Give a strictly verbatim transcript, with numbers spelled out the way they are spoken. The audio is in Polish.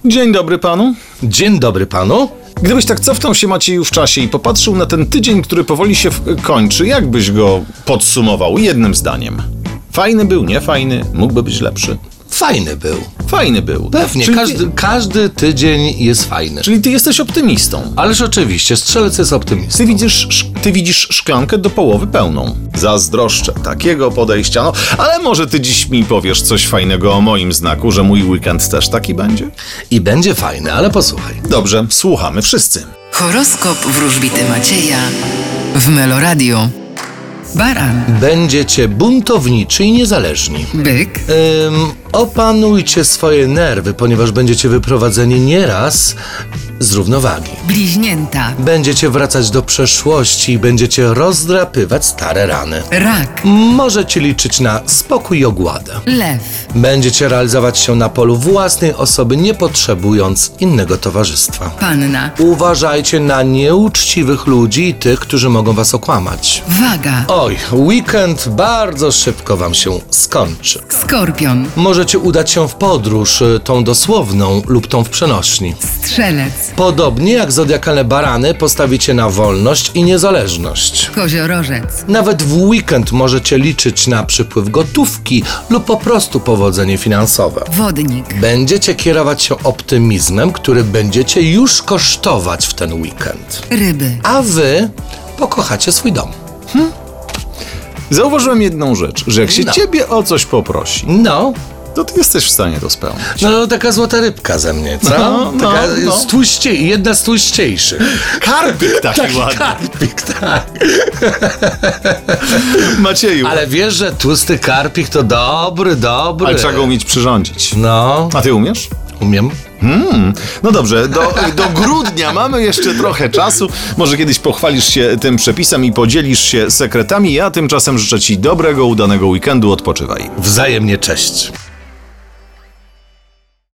Dzień dobry panu. Dzień dobry panu. Gdybyś tak cofnął się, Macieju, w czasie i popatrzył na ten tydzień, który powoli się w- kończy, jak byś go podsumował jednym zdaniem? Fajny był, nie fajny? Mógłby być lepszy. Fajny był. Fajny był. Pewnie, Czyli każdy, ty, każdy tydzień jest fajny. czyli ty jesteś optymistą. Ależ oczywiście, strzelec jest optymistą. Ty widzisz, sz- ty widzisz szklankę do połowy pełną. Zazdroszczę takiego podejścia. No, ale może ty dziś mi powiesz coś fajnego o moim znaku, że mój weekend też taki będzie? I będzie fajny, ale posłuchaj. Dobrze, słuchamy wszyscy. Horoskop wróżbity Macieja w Meloradio. Baran, Będziecie buntowniczy i niezależni. byk, Ym, opanujcie swoje nerwy, ponieważ będziecie wyprowadzeni nieraz z równowagi. bliźnięta, Będziecie wracać do przeszłości i będziecie rozdrapywać stare rany. rak, Możecie liczyć na spokój i ogładę. lew, Będziecie realizować się na polu własnej osoby, nie potrzebując innego towarzystwa. panna, Uważajcie na nieuczciwych ludzi i tych, którzy mogą was okłamać. waga, Oj, weekend bardzo szybko wam się skończy. skorpion, Możecie udać się w podróż, y, tą dosłowną lub tą w przenośni. strzelec, Podobnie jak zodiakalne barany postawicie na wolność i niezależność. koziorożec, Nawet w weekend możecie liczyć na przypływ gotówki lub po prostu powodzenie finansowe. wodnik, Będziecie kierować się optymizmem, który będziecie już kosztować w ten weekend. ryby, A wy pokochacie swój dom. Zauważyłem jedną rzecz, że jak się No. ciebie o coś poprosi, No, to ty jesteś w stanie to spełnić. no taka złota rybka ze mnie, co? No, no, taka no. z tłuściej, jedna z tłuściejszych. Karpik taki ładny. Karpik, tak. Macieju, ale, Ale wiesz, że tłusty karpik to dobry, dobry. ale trzeba go umieć przyrządzić. No, A ty umiesz? umiem. Hmm. No dobrze, do, do grudnia mamy jeszcze trochę czasu. Może kiedyś pochwalisz się tym przepisem i podzielisz się sekretami. Ja tymczasem życzę ci dobrego, udanego weekendu. Odpoczywaj. Wzajemnie cześć.